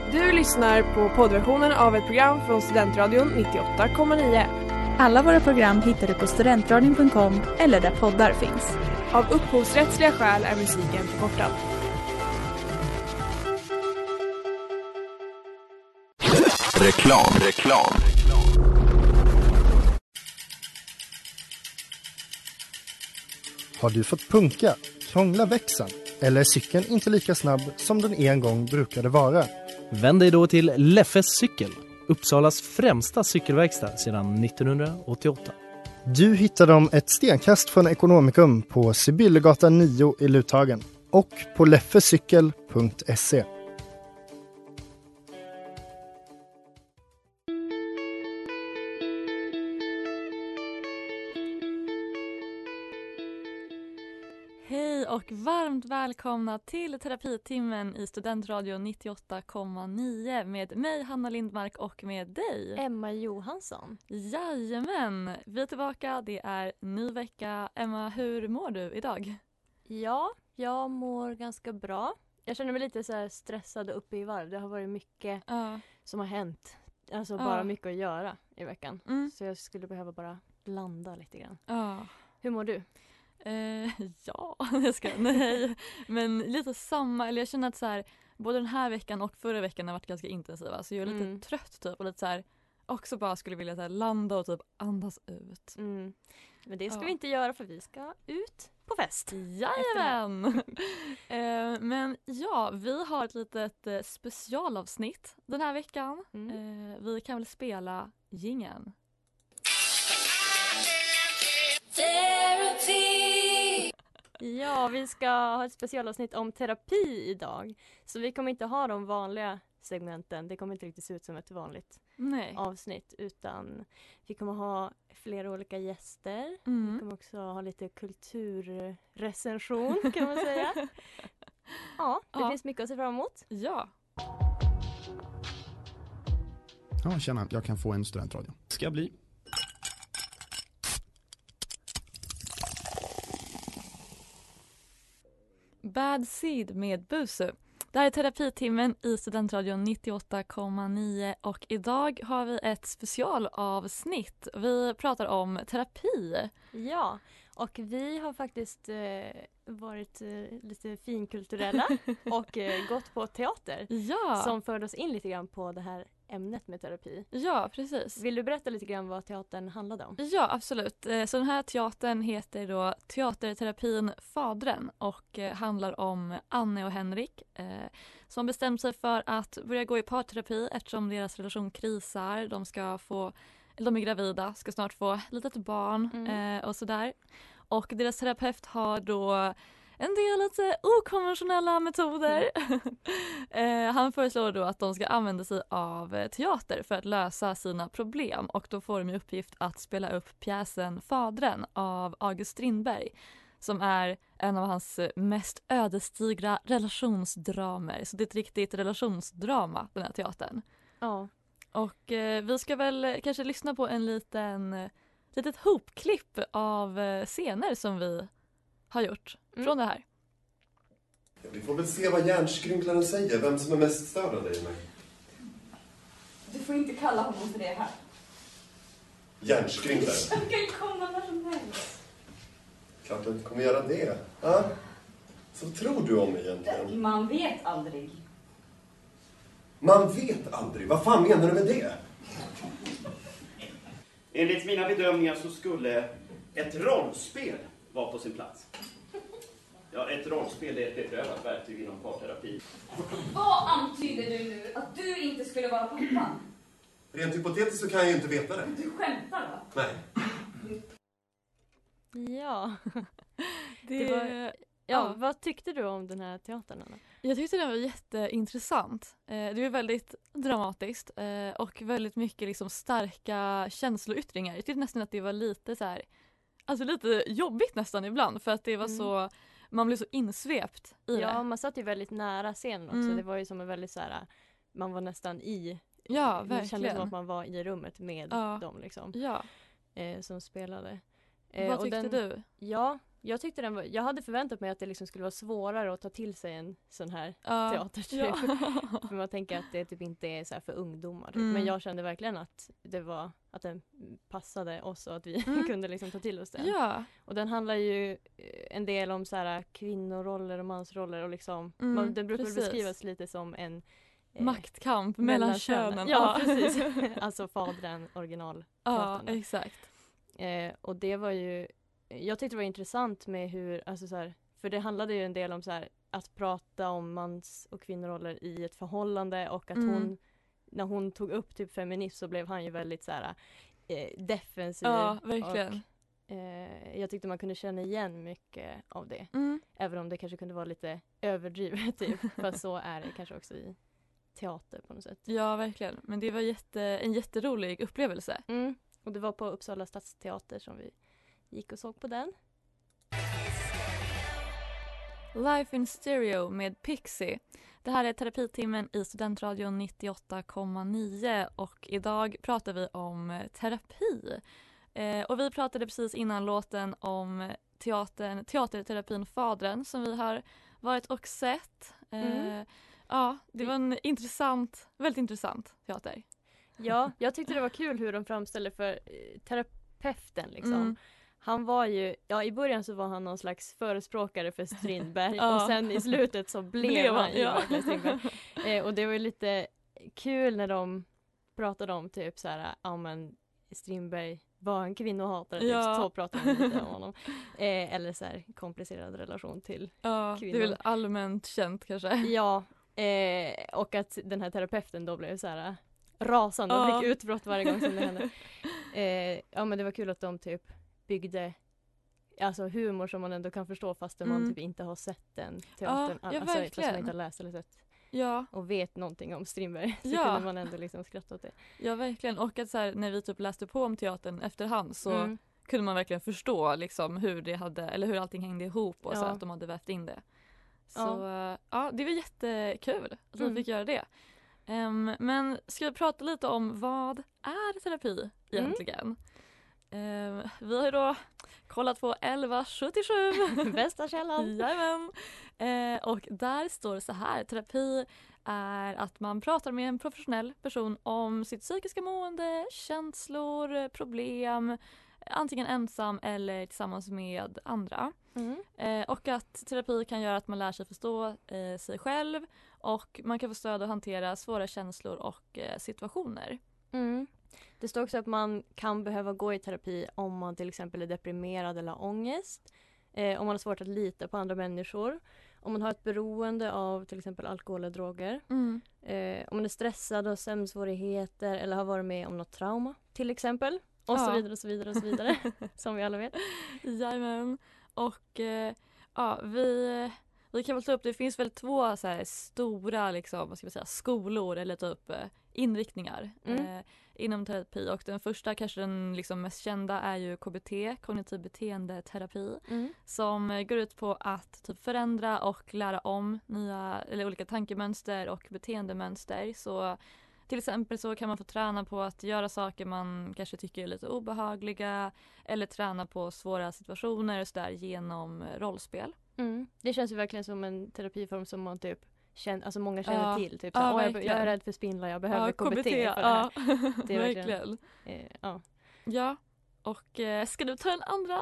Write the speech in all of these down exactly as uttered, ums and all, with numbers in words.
Du lyssnar på poddversionen av ett program från Studentradion nittioåtta komma nio. Alla våra program hittar du på studentradion punkt com eller där poddar finns. Av upphovsrättsliga skäl är musiken förkortad. Reklam, reklam. Har du fått punka, krångla växeln eller är cykeln inte lika snabb som den en gång brukade vara? Vänd dig då till Leffes cykel, Uppsalas främsta cykelverkstad sedan nittonhundraåttioåtta. Du hittar dem ett stenkast från Ekonomikum på Sibyllegatan nio i Luthagen och på leffecykel punkt se. Hej och varmt välkomna till terapitimmen i Studentradion nittioåtta komma nio med mig Hanna Lindmark och med dig Emma Johansson. Jajamän, vi är tillbaka, det är ny vecka. Emma, hur mår du idag? Ja, jag mår ganska bra. Jag känner mig lite så här stressad och uppe i varv. Det har varit mycket Uh. som har hänt. Alltså Uh. bara mycket att göra i veckan. Mm. Så jag skulle behöva bara landa lite grann. Uh. Hur mår du? Uh, ja, jag ska, nej. Men lite samma, eller jag känner att så här, både den här veckan och förra veckan har varit ganska intensiva. Så jag är lite Mm. trött typ och lite så här, också bara skulle vilja så här, landa och typ andas ut. Mm. Men det ska Ja. vi inte göra för vi ska ut på fest. Jajamän! eh, men ja, vi har ett litet eh, specialavsnitt den här veckan. Mm. Eh, vi kan väl spela jingeln. Ja, vi ska ha ett specialavsnitt om terapi idag. Så vi kommer inte ha de vanliga segmenten. Det kommer inte riktigt se ut som ett vanligt Nej. avsnitt. Utan vi kommer ha flera olika gäster. Vi Mm. kommer också ha lite kulturrecension kan man säga. Ja, det Ja. finns mycket att se fram emot. Ja. Ja, tjena. Jag kan få en studentradio. Ska jag bli. Bad Seed med Busu. Det här är terapitimmen i Studentradion nittioåtta komma nio och idag har vi ett specialavsnitt. Vi pratar om terapi. Ja, och vi har faktiskt eh, varit eh, lite finkulturella och eh, gått på teater. Ja, Som förde oss in lite grann på det här ämnet med terapi. ja precis. Vill du berätta lite grann vad teatern handlade om? Ja, absolut. Eh, Så den här teatern heter då Teaterterapin Fadren och eh, handlar om Anne och Henrik eh, som bestämt sig för att börja gå i parterapi eftersom deras relation krisar. De ska få, eller de är gravida, ska snart få ett litet barn Mm. eh, och sådär. Och deras terapeut har då en del lite okonventionella metoder. eh, han föreslår då att de ska använda sig av eh, teater för att lösa sina problem. Och då får de i uppgift att spela upp pjäsen Fadren av August Strindberg. Som är en av hans eh, mest ödesdigra relationsdramer. Så det är ett riktigt relationsdrama, den här teatern. Ja. Och eh, vi ska väl kanske lyssna på en liten, eh, litet hopklipp av eh, scener som vi har gjort Mm. från det här. Vi får väl se vad hjärnskrynklaren säger, vem som är mest störd av dig och mig. Du får inte kalla honom för det här. Hjärnskrynklaren? Han kan komma när som helst. Klart att du kommer göra det. Ja? Så vad tror du om mig egentligen? Man vet aldrig. Man vet aldrig. Vad fan menar du med det? Enligt mina bedömningar så skulle ett rollspel vara på sin plats. Ja, ett rollspel är ett beprövat verktyg inom parterapi. Vad antyder du nu? Att du inte skulle vara pappan? Rent hypotetiskt så kan jag ju inte veta det. Du skämtar va? Nej. Ja. Det, Det var- Ja, ja. vad tyckte du om den här teatern, Anna? Jag tyckte det var jätteintressant. Eh, det var väldigt dramatiskt eh, och väldigt mycket liksom starka känsloyttringar. Jag tyckte nästan att det var lite så här, alltså lite jobbigt nästan ibland för att det var Mm. så, man blev så insvept i Ja, det. man satt ju väldigt nära scenen också. Mm. Det var ju som en väldigt så här, man var nästan i, Ja, det kändes som verkligen. att man var i rummet med Ja. dem liksom, Ja, eh, som spelade. vad och tyckte den, du? Ja, Jag tyckte den var, jag hade förväntat mig att det liksom skulle vara svårare att ta till sig en sån här Ja. teater typ. Ja. För man tänker att det typ inte är så här för ungdomar. Typ. Mm. Men jag kände verkligen att det var att den passade oss och att vi Mm. kunde liksom ta till oss den. Ja. Och den handlar ju en del om så här kvinnoroller och mansroller och liksom Mm, man, den brukar väl precis. beskrivas lite som en eh, Maktkamp mellan könen. Ja, precis. Alltså fadern, original. Ja, exakt. Eh, och det var ju, jag tyckte det var intressant med hur, alltså så här, för det handlade ju en del om så här, att prata om mans- och kvinnoroller i ett förhållande och att Mm. hon, när hon tog upp typ feminism så blev han ju väldigt så här eh, defensiv. Ja, verkligen. Och, eh, jag tyckte man kunde känna igen mycket av det. Mm. Även om det kanske kunde vara lite överdrivet typ. För så är det kanske också i teater på något sätt. Ja, verkligen. Men det var jätte, en jätterolig upplevelse. Mm. Och det var på Uppsala stadsteater som vi gick och såg på den. Life in Stereo med Pixie. Det här är terapitimmen i Studentradion nittioåtta komma nio och idag pratar vi om terapi. Eh, och vi pratade precis innan låten om teatern, teaterterapin Fadren som vi har varit och sett. Eh, Mm. Ja, det var en intressant, väldigt intressant teater. Ja, jag tyckte det var kul hur de framställde för eh, terapeuten liksom. Mm. Han var ju, ja i början så var han någon slags förespråkare för Strindberg Ja. och sen i slutet så blev, Blev han, han ju ja. verkligen Strindberg. Eh, och det var ju lite kul när de pratade om typ så här, ja men Strindberg var en kvinnohatare, Ja. typ, så pratade de lite om honom. Eh, eller så här komplicerad relation till Ja, kvinnor. det är väl allmänt känt kanske. Ja, eh, och att den här terapeuten då blev så här rasande och Ja. fick utbrott varje gång som det hände. Eh, ja men det var kul att de typ byggde alltså humor som man ändå kan förstå fast Mm. man typ inte har sett den teatern. Ja, ja, alltså fast man verkligen. inte har läst eller sett Ja. och vet någonting om Strindberg så Ja. kunde man ändå liksom skratta åt det. Ja, verkligen. Och att så här, när vi typ läste på om teatern efterhand så Mm. kunde man verkligen förstå liksom hur det hade, eller hur allting hängde ihop och så Ja. att de hade vävt in det. Så Ja. ja, ja det var jättekul att vi Mm. fick göra det. Ehm, men ska vi prata lite om vad är terapi egentligen? Ehm, vi har ju då kollat på elva sjuttiosju. Bästa källan. Jajamän. Eh, och där står det så här. Terapi är att man pratar med en professionell person om sitt psykiska mående, känslor, problem, antingen ensam eller tillsammans med andra. Mm. Eh, och att terapi kan göra att man lär sig förstå eh, sig själv och man kan få stöd att hantera svåra känslor och eh, situationer. Mm. Det står också att man kan behöva gå i terapi om man till exempel är deprimerad eller har ångest. Eh, om man har svårt att lita på andra människor. Om man har ett beroende av till exempel alkohol eller droger. Mm. Eh, om man är stressad och har sömnsvårigheter eller har varit med om något trauma till exempel. Och Ja. så vidare och så vidare och så vidare. Som vi alla vet. Jajamän. Och eh, ja, vi, vi kan väl ta upp, det finns väl två så här stora liksom, vad ska vi säga, skolor eller typ eh, inriktningar Mm. eh, inom terapi. Och den första, kanske den liksom mest kända, är ju K B T, kognitiv beteendeterapi. Mm. Som eh, går ut på att typ förändra och lära om nya eller olika tankemönster och beteendemönster. Så till exempel så kan man få träna på att göra saker man kanske tycker är lite obehagliga eller träna på svåra situationer och så där genom rollspel. Mm. Det känns ju verkligen som en terapiform som man typ känner, alltså många känner Ja. till. Typ, Ja, såhär, "Åh, jag, jag verkligen. är rädd för spindlar, jag behöver Ja, K B T för det här. ja. Det är verkligen- verkligen. Eh, ja. Ja, och eh, ska du ta den andra?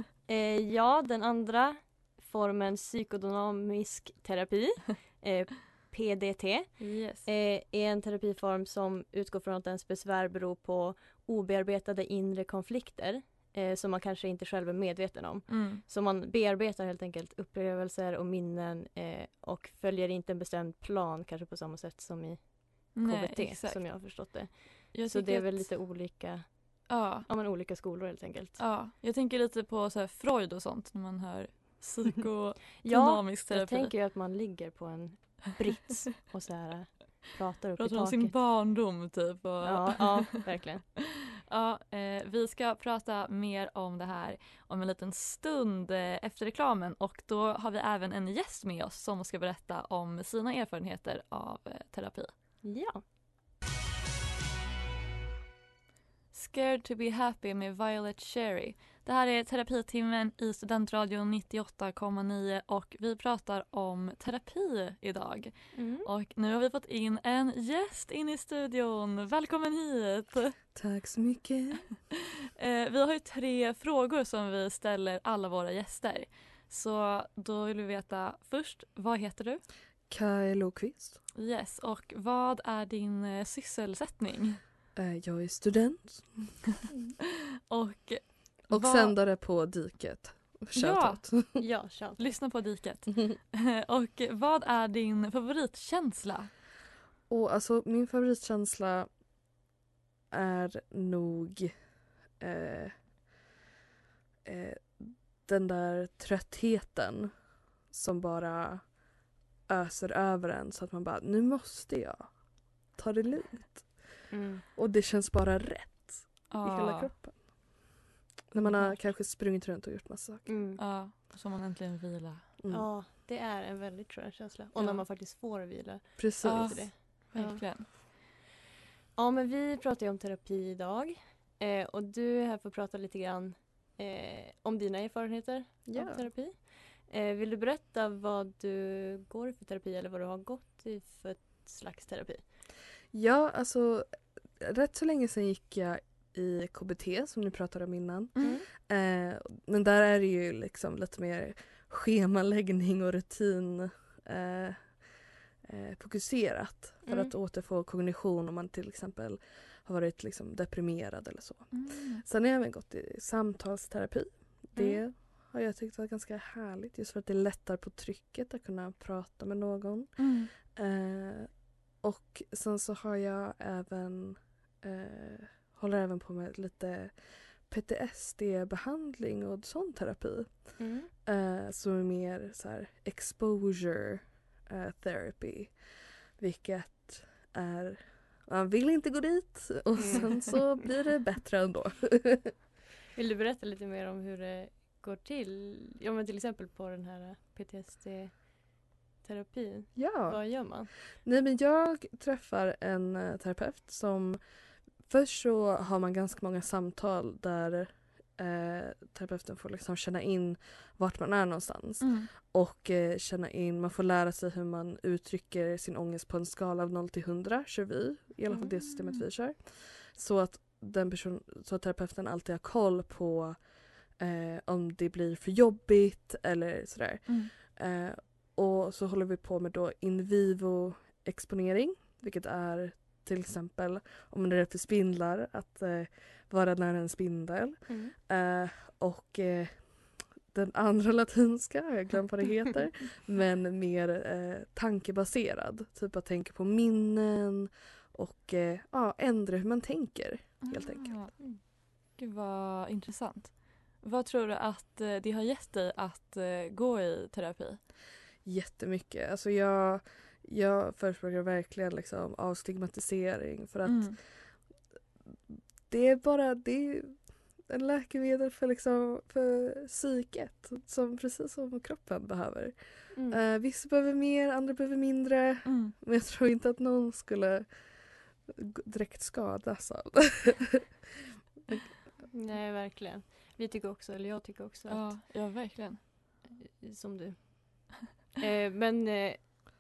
Eh, ja, den andra formen psykodynamisk terapi, eh, P D T, Yes. eh, är en terapiform som utgår från att ens besvär beror på obearbetade inre konflikter eh, som man kanske inte själv är medveten om. Mm. Så man bearbetar helt enkelt upplevelser och minnen eh, och följer inte en bestämd plan kanske på samma sätt som i K B Nej, T exakt. som jag har förstått det. Jag Så det tycker är väl att- lite olika, Ja. ja, men olika skolor helt enkelt. Ja, jag tänker lite på så här Freud och sånt när man hör Ja, psykodynamisk jag terapi. tänker ju att man ligger på en brits och så här pratar upp i Pratar om taket. sin barndom typ. Och Ja, ja, verkligen. ja, eh, vi ska prata mer om det här om en liten stund eh, efter reklamen och då har vi även en gäst med oss som ska berätta om sina erfarenheter av eh, terapi. Ja. Scared to be happy med Violet Cherry. Det här är terapitimmen i Studentradion nittioåtta komma nio och vi pratar om terapi idag. Mm. Och nu har vi fått in en gäst in i studion. Välkommen hit! Tack så mycket. eh, vi har ju tre frågor som vi ställer alla våra gäster. Så då vill vi veta först, vad heter du? Kaj Lokvist. Yes, och vad är din eh, sysselsättning? Eh, jag är student. och och vad... sändare på Diket. Ja, ja shout. Lyssna på Diket. Och vad är din favoritkänsla? Och alltså min favoritkänsla är nog eh, eh, den där tröttheten som bara öser över en så att man bara, nu måste jag ta det lugnt. Mm. Och det känns bara rätt ah. i hela kroppen. När man har kanske sprungit runt och gjort massa saker. Mm. Ja, så man äntligen vila. Mm. Ja, det är en väldigt skön känsla. Och ja. när man faktiskt får vila. Precis. Ja, det. Verkligen. Ja, men vi pratar ju om terapi idag. Eh, och du är här för att prata lite grann eh, om dina erfarenheter ja. av terapi. Eh, vill du berätta vad du går i för terapi eller vad du har gått i för slags terapi? Ja, alltså rätt så länge sedan gick jag i K B T som ni pratade om innan. Mm. Eh, men där är det ju liksom lite mer schemaläggning och rutin eh, eh, fokuserat för Mm. att återfå kognition om man till exempel har varit liksom deprimerad eller så. Mm. Sen har jag även gått i samtalsterapi. Det Mm. har jag tyckt varit ganska härligt just för att det lättar på trycket att kunna prata med någon. Mm. Eh, och sen så har jag även eh, håller även på med lite P T S D-behandling och sån terapi. Mm. Eh, som är mer så här exposure eh, therapy. Vilket är, man vill inte gå dit och sen så blir det bättre ändå. Vill du berätta lite mer om hur det går till? Ja, men till exempel på den här P T S D-terapin. Ja. Vad gör man? Nej, men jag träffar en uh, terapeut som först så har man ganska många samtal där eh, terapeuten får liksom känna in vart man är någonstans. Mm. Och eh, känna in, man får lära sig hur man uttrycker sin ångest på en skala av noll till hundra kör vi. I alla fall Mm. det systemet vi kör. Så att den person, så att terapeuten alltid har koll på eh, om det blir för jobbigt eller sådär. Mm. Eh, och så håller vi på med då in vivo exponering, vilket är till exempel om man är rädd för spindlar att eh, vara nära en spindel. Mm. Eh, och eh, den andra latinska, jag glömmer vad det heter, men mer eh, tankebaserad. Typ att tänka på minnen och eh, ja, ändra hur man tänker helt Ah. enkelt. Mm. Gud vad intressant. Vad tror du att eh, det har gett dig att eh, gå i terapi? Jättemycket. Alltså jag, jag förespråkar verkligen liksom avstigmatisering för att Mm. det är bara det är en läkemedel för, liksom, för psyket som precis som kroppen behöver. Mm. Uh, vissa behöver mer, andra behöver mindre. Mm. Men jag tror inte att någon skulle g- direkt skadas av det. Nej, verkligen. Vi tycker också, eller jag tycker också Ja, att, ja, verkligen. som du. eh, men eh,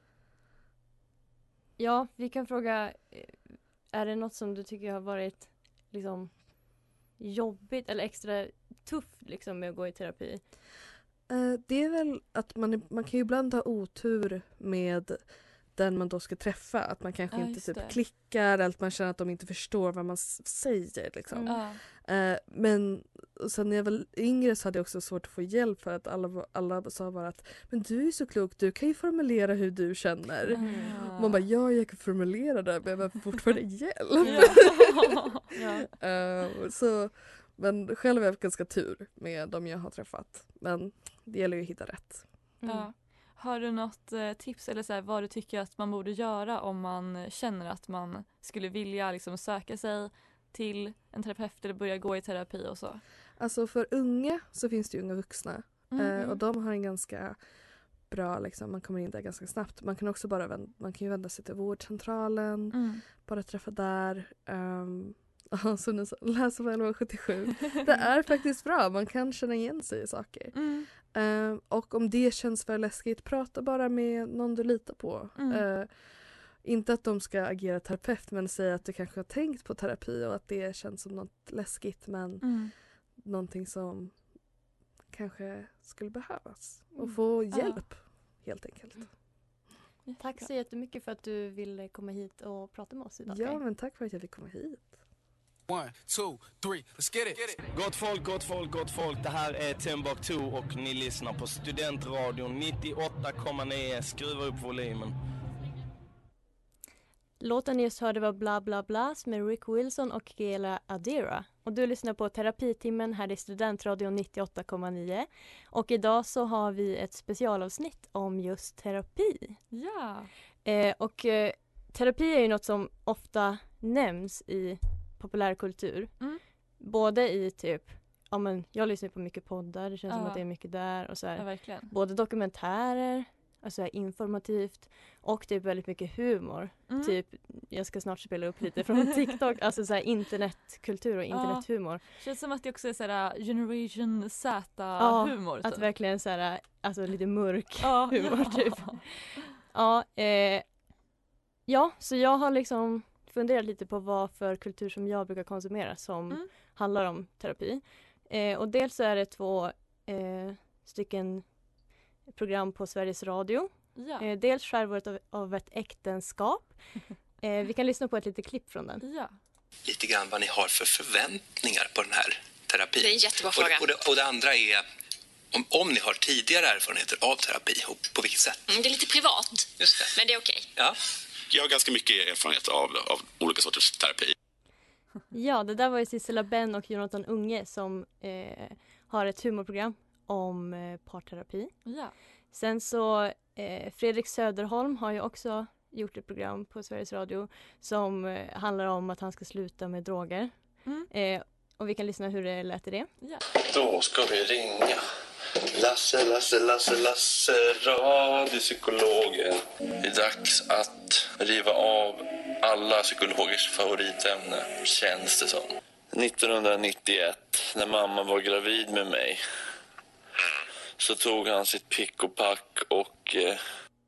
ja, vi kan fråga, eh, är det något som du tycker har varit liksom jobbigt eller extra tufft liksom med att gå i terapi? Uh, det är väl att man, är, man kan ju ibland ha otur med den man då ska träffa. Att man kanske Ja, inte just typ det. klickar eller att man känner att de inte förstår vad man s- säger. Liksom. Mm. Ja. Eh, men sen när jag var yngre så hade jag också svårt att få hjälp för att alla, alla sa bara att men du är så klok, du kan ju formulera hur du känner. Mm. Man bara, ja jag kan formulera det men jag behöver fortfarande hjälp. Ja. Ja. Eh, så, men själv har jag haft ganska tur med de jag har träffat. Men det gäller ju att hitta rätt. Mm. Ja. Har du något eh, tips eller så här, vad du tycker att man borde göra om man känner att man skulle vilja liksom, söka sig till en terapeut eller börja gå i terapi och så? Alltså för unga så finns det ju unga vuxna. Mm. Eh, och de har en ganska bra, liksom, man kommer in där ganska snabbt. Man kan också bara vända, man kan ju vända sig till vårdcentralen, Mm. bara träffa där. Um, Ja, som ni sa, läsa på elva sjuttiosju. Det är faktiskt bra, man kan känna igen sig i saker. Mm. Uh, och om det känns för läskigt, prata bara med någon du litar på. Mm. Uh, inte att de ska agera terapeut, men säga att du kanske har tänkt på terapi och att det känns som något läskigt, men Mm. någonting som kanske skulle behövas. Och Mm. få Ja. hjälp, helt enkelt. Tack så jättemycket för att du ville komma hit och prata med oss idag. Ja, men tack för att jag fick komma hit. One, two, three, let's get it. Gott folk, gott folk, gott folk. Det här är Timbuktu och ni lyssnar på Studentradion nittioåtta komma nio. Skruva upp volymen. Låten ni just hörde var Bla Bla Blas med Rick Wilson och Gela Adira. Och du lyssnar på Terapitimmen här i Studentradion nittioåtta komma nio. Och idag så har vi ett specialavsnitt om just terapi. Ja. Eh, och eh, terapi är ju något som ofta nämns i populärkultur. Mm. Både i typ, ja men jag lyssnar på mycket poddar, det känns Ja. som att det är mycket där. Och så här, Ja, verkligen. både dokumentärer, alltså här informativt, och typ väldigt mycket humor. Mm. Typ, jag ska snart spela upp lite från TikTok, alltså så här internetkultur och internethumor. Känns som att det också är så här Generation Z-humor. Ja, att typ. verkligen så här, alltså lite mörk Ja. humor typ. Ja, eh, ja, så jag har liksom funderat lite på vad för kultur som jag brukar konsumera som Mm. handlar om terapi. Eh, och dels så är det två eh, stycken program på Sveriges Radio. Ja. Eh, dels Skärvåret av, av ett äktenskap. Eh, vi kan lyssna på ett litet klipp från den. Ja. Lite grann vad ni har för förväntningar på den här terapin. Det är en jättebra och, fråga. Och det, och det andra är om, om ni har tidigare erfarenheter av terapi och på vilket sätt. Mm, det är lite privat, Just det. men det är okej. Ja. Jag har ganska mycket erfarenhet av, av olika sorters terapi. Ja, det där var ju Sissela Benn och Jonathan Unge som eh, har ett humorprogram om eh, parterapi. Ja. Sen så eh, Fredrik Söderholm har ju också gjort ett program på Sveriges Radio som eh, handlar om att han ska sluta med droger. Mm. Eh, och vi kan lyssna hur det lät i det. Ja. Då ska vi ringa Lasse, Lasse, Lasse, Lasse, radiopsykologen. Det är dags att riva av alla psykologers favoritämne, känns det som. nittonhundranittioett, när mamma var gravid med mig, så tog han sitt pick och pack och... Eh...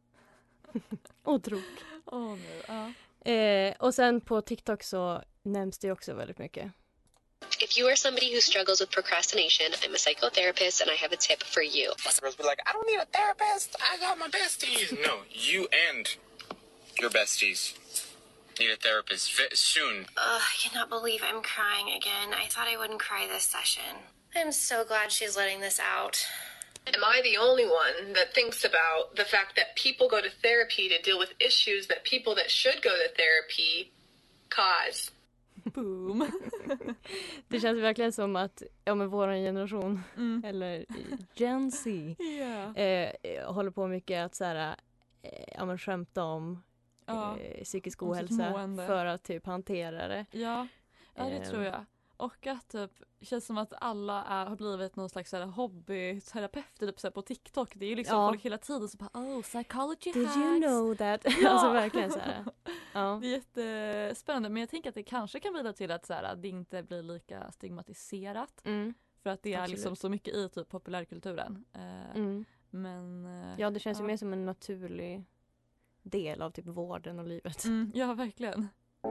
och drog. Åh, nej, ja. Eh, och sen på TikTok så nämns det också väldigt mycket. If you are somebody who struggles with procrastination, I'm a psychotherapist and I have a tip for you. Customers be like, I don't need a therapist. I got my besties. No, you and your besties need a therapist v- soon. Ugh, I cannot believe I'm crying again. I thought I wouldn't cry this session. I'm so glad she's letting this out. Am I the only one that thinks about the fact that people go to therapy to deal with issues that people that should go to therapy cause? Boom. Det känns verkligen som att ja, men vår generation, mm. eller Gen Z, yeah. eh, håller på mycket att så här, eh, ja, men skämta om ja. eh, psykisk om ohälsa för att typ hantera det. Ja, ja det eh. tror jag. Och att typ, känns som att alla är, har blivit någon slags så här, hobbyterapeuter typ, så här, på TikTok. Det är ju liksom ja. folk hela tiden som bara, oh, psychology Did hacks. you know that? Ja. Alltså verkligen så här. Ja. Det är jättespännande, men jag tänker att det kanske kan bidra till att så här, det inte blir lika stigmatiserat. Mm. För att det är Absolut. liksom så mycket i typ populärkulturen. Eh, mm. Men eh, ja, det känns ja. ju mer som en naturlig del av typ vården och livet. Mm, ja, verkligen.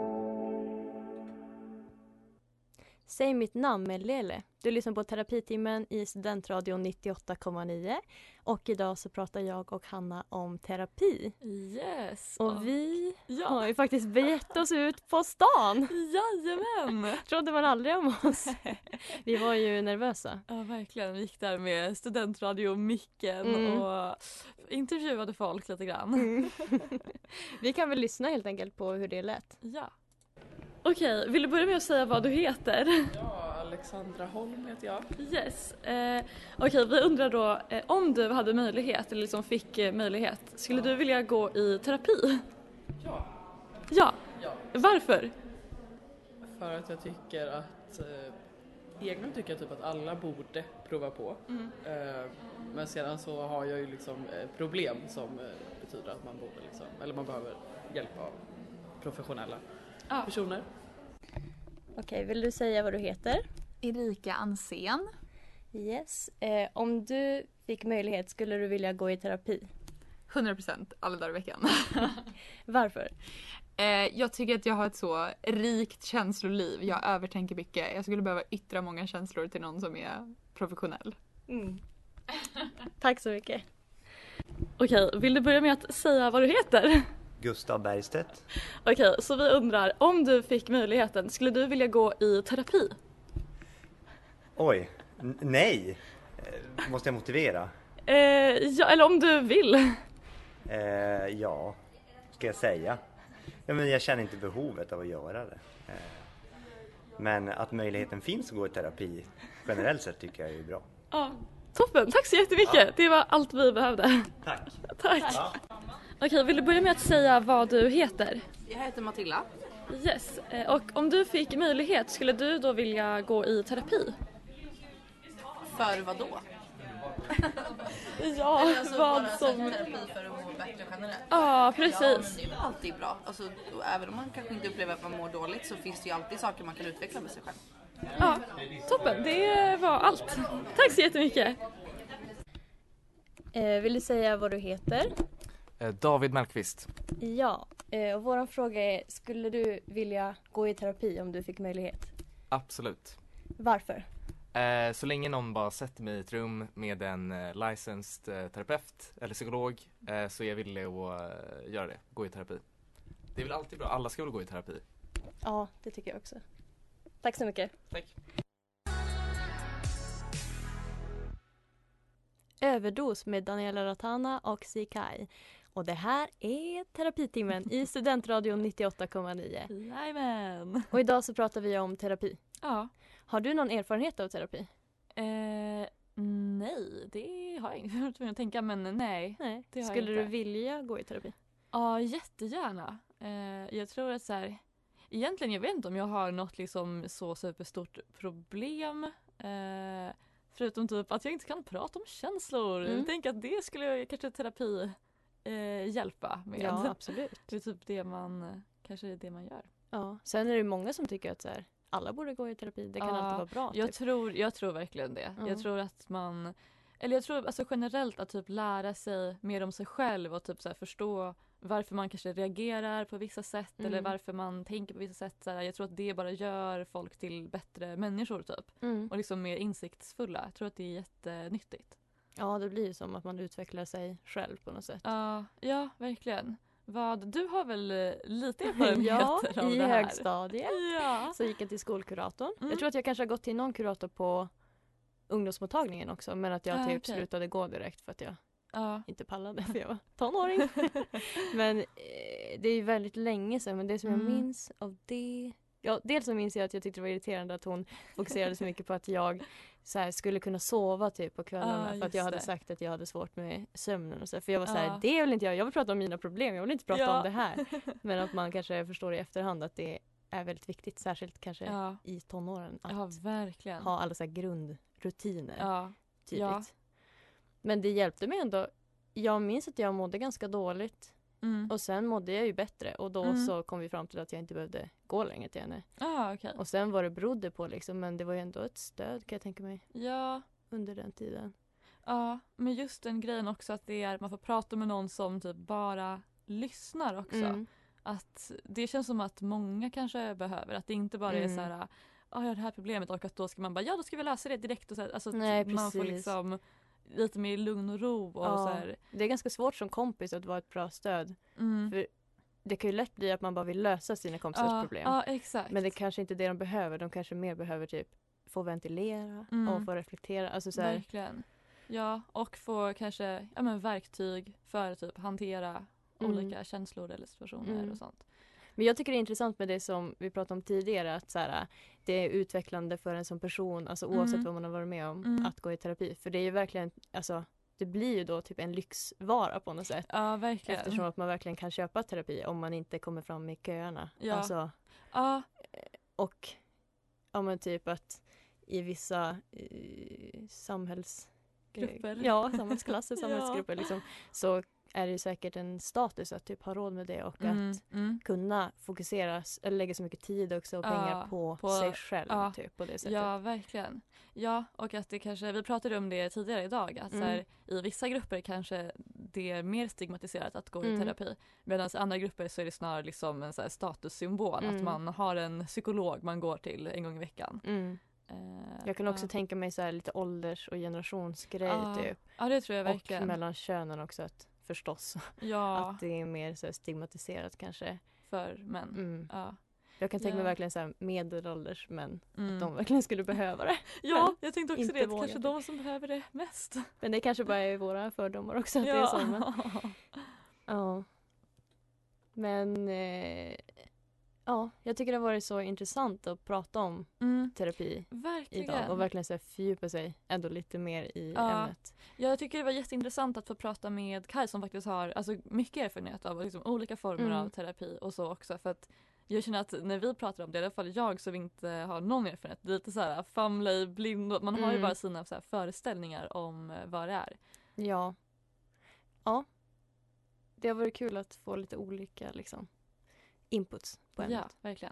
Säg mitt namn med Lele. Du lyssnar på Terapitimmen i Studentradion nittioåtta komma nio. Och idag så pratar jag och Hanna om terapi. Yes. Och oh. vi ja. har ju faktiskt begett oss ut på stan. Jajamän. Trodde man aldrig om oss. Vi var ju nervösa. Ja, verkligen. Vi gick där med studentradio-micken mm. och intervjuade folk lite grann. Mm. Vi kan väl lyssna helt enkelt på hur det lät. Ja. Okej, vill du börja med att säga vad du heter? Ja, Alexandra Holm heter jag. Yes. Eh, Okej, vi undrar då, eh, om du hade möjlighet, eller liksom fick eh, möjlighet, skulle du vilja gå i terapi? Ja. Ja? Ja. Varför? För att jag tycker att, eh, egentligen tycker jag typ att alla borde prova på. Mm. Eh, men sedan så har jag ju liksom eh, problem som eh, betyder att man borde liksom, eller man behöver hjälp av professionella Ja. personer. Okej, vill du säga vad du heter? Erika Ansén. Yes. Eh, om du fick möjlighet, skulle du vilja gå i terapi? hundra procent alla dagar i veckan. Varför? Eh, jag tycker att jag har ett så rikt känsloliv. Jag övertänker mycket. Jag skulle behöva yttra många känslor till någon som är professionell. Mm. Tack så mycket. Okej, vill du börja med att säga vad du heter? Gustav Bergstedt. Okej, så vi undrar, om du fick möjligheten, skulle du vilja gå i terapi? Oj, N- nej. Eh, Måste jag motivera? Eh, ja, eller om du vill. Eh, ja, ska jag säga. Ja, men jag känner inte behovet av att göra det. Eh, men att möjligheten finns att gå i terapi generellt sett tycker jag är bra. Ja, toppen. Tack så jättemycket. Ja. Det var allt vi behövde. Tack. Tack. Ja. Okej, vill du börja med att säga vad du heter? Jag heter Matilda. Yes. Eh, Och om du fick möjlighet, skulle du då vilja gå i terapi? För vad då? Ja, Eller alltså vad bara som... som... terapi för att må bättre generellt. Ja, precis. Ja, men det är väl alltid bra. Alltså, och även om man kanske inte upplever att man mår dåligt så finns det ju alltid saker man kan utveckla med sig själv. Ja, toppen. Det var allt. Tack så jättemycket. Eh, vill du säga vad du heter? David Mellqvist. Ja, eh, och våran fråga är, skulle du vilja gå i terapi om du fick möjlighet? Absolut. Varför? Eh, så länge någon bara sätter mig i ett rum med en eh, licensed eh, terapeut eller psykolog eh, så är jag villig att eh, göra det, gå i terapi. Det är väl alltid bra, alla ska väl gå i terapi. Ja, det tycker jag också. Tack så mycket. Tack. Överdos med Daniela Ratana och Sikai. Och det här är terapitimmen i Studentradion nittioåtta komma nio. Jajamän. Och idag så pratar vi om terapi. Ja. Har du någon erfarenhet av terapi? Eh, nej, det har jag inte. Jag tänka, men nej. Nej. Det har Skulle jag du inte. vilja gå i terapi? Ja, jättegärna. Eh, jag tror att så här, egentligen jag vet inte om jag har något liksom så superstort problem. Eh, förutom typ att jag inte kan prata om känslor. Mm. Jag tänker att det skulle jag, kanske terapi eh, hjälpa med. Ja, absolut. Det är typ det man, kanske är det man gör. Ja. Sen är det många som tycker att så här, alla borde gå i terapi. Det kan Ja, alltid vara bra. Jag, typ. tror, jag tror verkligen det. Ja. Jag tror att man, eller jag tror alltså generellt att typ lära sig mer om sig själv och typ så här förstå varför man kanske reagerar på vissa sätt Mm. eller varför man tänker på vissa sätt. Så här, jag tror att det bara gör folk till bättre människor typ. Mm. Och liksom mer insiktsfulla. Jag tror att det är jättenyttigt. Ja, det blir ju som att man utvecklar sig själv på något sätt. Ja, ja, verkligen. Vad, du har väl eh, lite erfarenheter Ja, av i det här? högstadiet Ja. så gick jag till skolkuratorn. Mm. Jag tror att jag kanske har gått till någon kurator på ungdomsmottagningen också. Men att jag Ah, typ okej. slutade gå direkt för att jag Ja. inte pallade för jag var tonåring. Men eh, det är ju väldigt länge sedan. Men det som Mm. jag minns av det... Ja, dels så minns jag att jag tyckte det var irriterande att hon fokuserade så mycket på att jag så här, skulle kunna sova typ på kvällarna. Ja, för att just jag hade det. sagt att jag hade svårt med sömnen. Och så. För jag var så här, Ja. det vill inte jag. Jag vill prata om mina problem. Jag vill inte prata Ja. om det här. Men att man kanske förstår i efterhand att det är väldigt viktigt. Särskilt kanske Ja. i tonåren. Att Ja, verkligen. ha alla så här grundrutiner. Ja. Tydligt. Ja. Men det hjälpte mig ändå. Jag minns att jag mådde ganska dåligt. Mm. Och sen mådde jag ju bättre. Och då Mm. så kom vi fram till att jag inte behövde gå längre till henne. Ah, okej. Och sen var det berodde på liksom. Men det var ju ändå ett stöd kan jag tänka mig. Ja. Under den tiden. Ja, men just den grejen också att det är, man får prata med någon som typ bara lyssnar också. Mm. Att det känns som att många kanske behöver. Att det inte bara är Mm. så här, ja jag har det här problemet och att då ska man bara, ja då ska vi lösa det direkt. Och så här, alltså Nej, att man får precis. liksom lite mer lugn och ro. Och Ja, så här. det är ganska svårt som kompis att vara ett bra stöd. Mm. För det kan ju lätt bli att man bara vill lösa sina kompisars Ja, problem. ja, exakt. Men det kanske inte är det de behöver. De kanske mer behöver typ få ventilera Mm. och få reflektera. Alltså så här, Verkligen. Ja, och få kanske ja, men verktyg för att typ hantera Mm. olika känslor eller situationer Mm. och sånt. Men jag tycker det är intressant med det som vi pratade om tidigare. Att så här, det är utvecklande för en som person. Alltså oavsett Mm. vad man har varit med om. Mm. Att gå i terapi. För det är ju verkligen, alltså det blir ju då typ en lyxvara på något sätt. Ja, verkligen. Eftersom att man verkligen kan köpa terapi om man inte kommer fram i köerna. Ja. Alltså, Ja. och ja men typ att i vissa eh, samhälls... Grupper. Ja, samhällsklasser, Ja. samhällsgrupper liksom, så är det ju säkert en status att typ ha råd med det och Mm, att mm. kunna fokusera s- eller lägga så mycket tid också och Ja, pengar på, på- sig själv ja. typ på det sättet. Ja, verkligen. Ja, och att det kanske, vi pratade om det tidigare idag, att så här, Mm. i vissa grupper kanske det är mer stigmatiserat att gå i Mm. terapi. Medan i andra grupper så är det snarare liksom en så här statussymbol, Mm. att man har en psykolog man går till en gång i veckan. Mm. Eh, Jag kan också ja. tänka mig så här lite ålders- och generationsgrej Ja. typ. Ja, det tror jag verkligen. Och mellan könen också att, förstås. Ja. Att det är mer så här stigmatiserat kanske. För män. Mm. Ja. Jag kan tänka mig Ja. verkligen så här medelålders män. Mm. Att de verkligen skulle behöva det. Ja, Men jag tänkte också inte det. Att vågar kanske typ. de som behöver det mest. Men det kanske bara är våra fördomar också. Att Ja. det är så, men... Ja. Men eh, ja, jag tycker det har varit så intressant att prata om Mm. terapi Verkligen. idag. Och verkligen så här fördjupa sig ändå lite mer i Ja. ämnet. Ja, jag tycker det var jätteintressant att få prata med Kaj som faktiskt har alltså, mycket erfarenhet av liksom, olika former Mm. av terapi och så också. För att jag känner att när vi pratar om det, i alla fall jag som inte har någon erfarenhet, det är lite så här famla i blind. Man har ju Mm. bara sina så här, föreställningar om eh, vad det är. Ja. Ja. Det har varit kul att få lite olika liksom, inputs på ämnet. Ja, verkligen.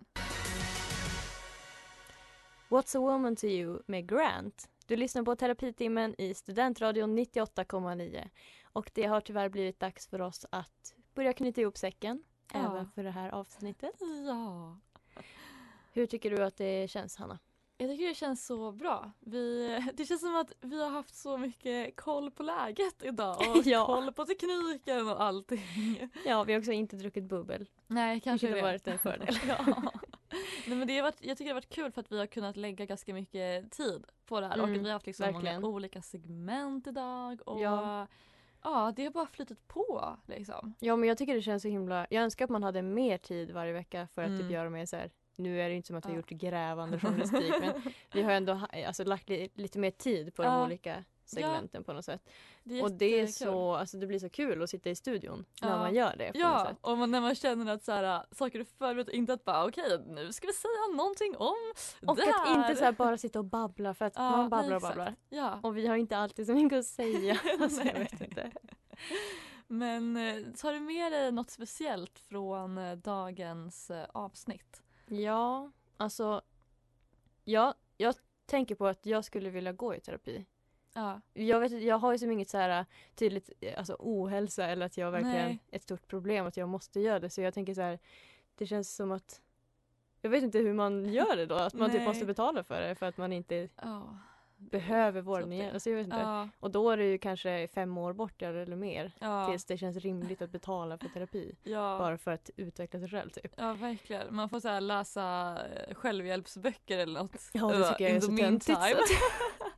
What's a woman to you med Grant. Du lyssnar på Terapitimmen i Studentradion nittioåtta komma nio. Och det har tyvärr blivit dags för oss att börja knyta ihop säcken. Ja. Även för det här avsnittet. Ja. Hur tycker du att det känns, Hanna? Jag tycker det känns så bra. Vi, det känns som att vi har haft så mycket koll på läget idag. Och Ja. koll på tekniken och allting. Ja, vi har också inte druckit bubbel. Nej, kanske Vilket har det. varit en fördel. Ja. Nej, men det har varit, jag tycker det har varit kul för att vi har kunnat lägga ganska mycket tid på det här. Och Mm, att vi har haft liksom verkligen. många olika segment idag. Och Ja. ja, det har bara flyttat på liksom. Ja, men jag tycker det känns så himla... Jag önskar att man hade mer tid varje vecka för att Mm. typ göra mer så här... Nu är det inte som att vi har Ja. gjort grävande journalistik, men vi har ändå ha- alltså, lagt li- lite mer tid på de Ja. olika segmenten på något sätt. Det är och det är jättekul. så, alltså det blir så kul att sitta i studion när Ja. man gör det på något Ja, sätt. och man, när man känner att så här, saker är förberett, inte att bara okej, nu ska vi säga någonting om Och det att här. inte så här bara sitta och babbla för att Ja, man babblar nej, och babblar. exakt. Ja. Och vi har inte alltid så mycket att säga. alltså, jag Nej. vet inte. Men eh, tar du med dig något speciellt från eh, dagens eh, avsnitt? Ja, alltså ja, jag tänker på att jag skulle vilja gå i terapi. Ja. Jag, vet, jag har ju som inget så här tydligt alltså, ohälsa eller att jag verkligen Nej. ett stort problem att jag måste göra det. Så jag tänker så här, det känns som att jag vet inte hur man gör det då. Att man typ Nej. måste betala för det för att man inte Ja. behöver vården igen. Alltså, jag vet inte. Ja. Och då är det ju kanske fem år bort eller mer. Ja. Tills det känns rimligt att betala för terapi. Ja. Bara för att utveckla sig själv typ. Ja, verkligen. Man får så här läsa eh, självhjälpsböcker eller något. Ja, det tycker jag är In så the töntigt. meantime. så att-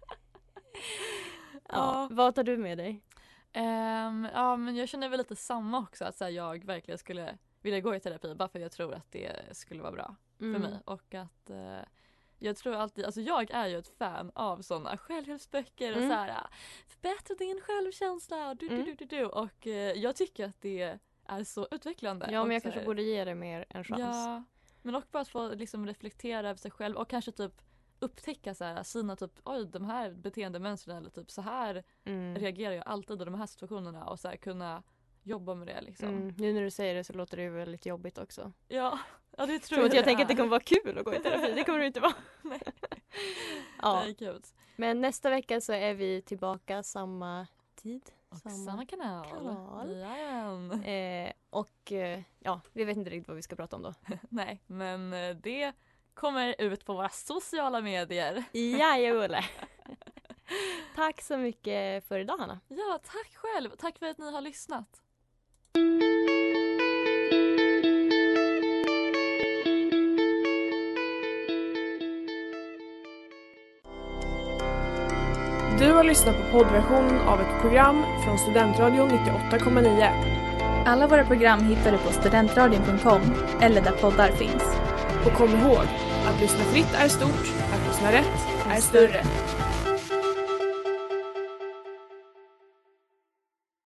ja, vad tar du med dig? Ehm, ja, men jag känner väl lite samma också. Att så här, jag verkligen skulle vilja gå i terapi. Bara för att jag tror att det skulle vara bra Mm. för mig. Och att eh, jag tror alltid, alltså jag är ju ett fan av sådana självhjälpsböcker och Mm. så här förbättra din självkänsla och du, du, Mm. du, du, du. Och eh, jag tycker att det är så utvecklande. Ja, och men jag så här- kanske borde ge det mer en chans. Ja, men också bara att få liksom reflektera över sig själv och kanske typ upptäcka så här, sina typ, oj de här beteendemönstren eller typ så här Mm. reagerar jag alltid i de här situationerna och så här kunna jobba med det liksom. Mm. Nu när du säger det så låter det ju väldigt jobbigt också. Ja, ja det tror Som att jag det tänker att det är. kommer vara kul att gå i terapi. Det kommer det inte vara. Nej. Ja. Nej, gud. Men nästa vecka så är vi tillbaka samma tid. Och samma kanal. kanal. Jajamän. Eh, och eh, ja, vi vet inte riktigt vad vi ska prata om då. Nej, men eh, det kommer ut på våra sociala medier. Jajabulle. Tack så mycket för idag, Hanna. Ja, tack själv. Tack för att ni har lyssnat. Du har lyssnat på poddversionen av ett program från Studentradion nittioåtta komma nio. Alla våra program hittar du på studentradion punkt com eller där poddar finns. Och kom ihåg, att lyssna fritt är stort, att lyssna rätt är större.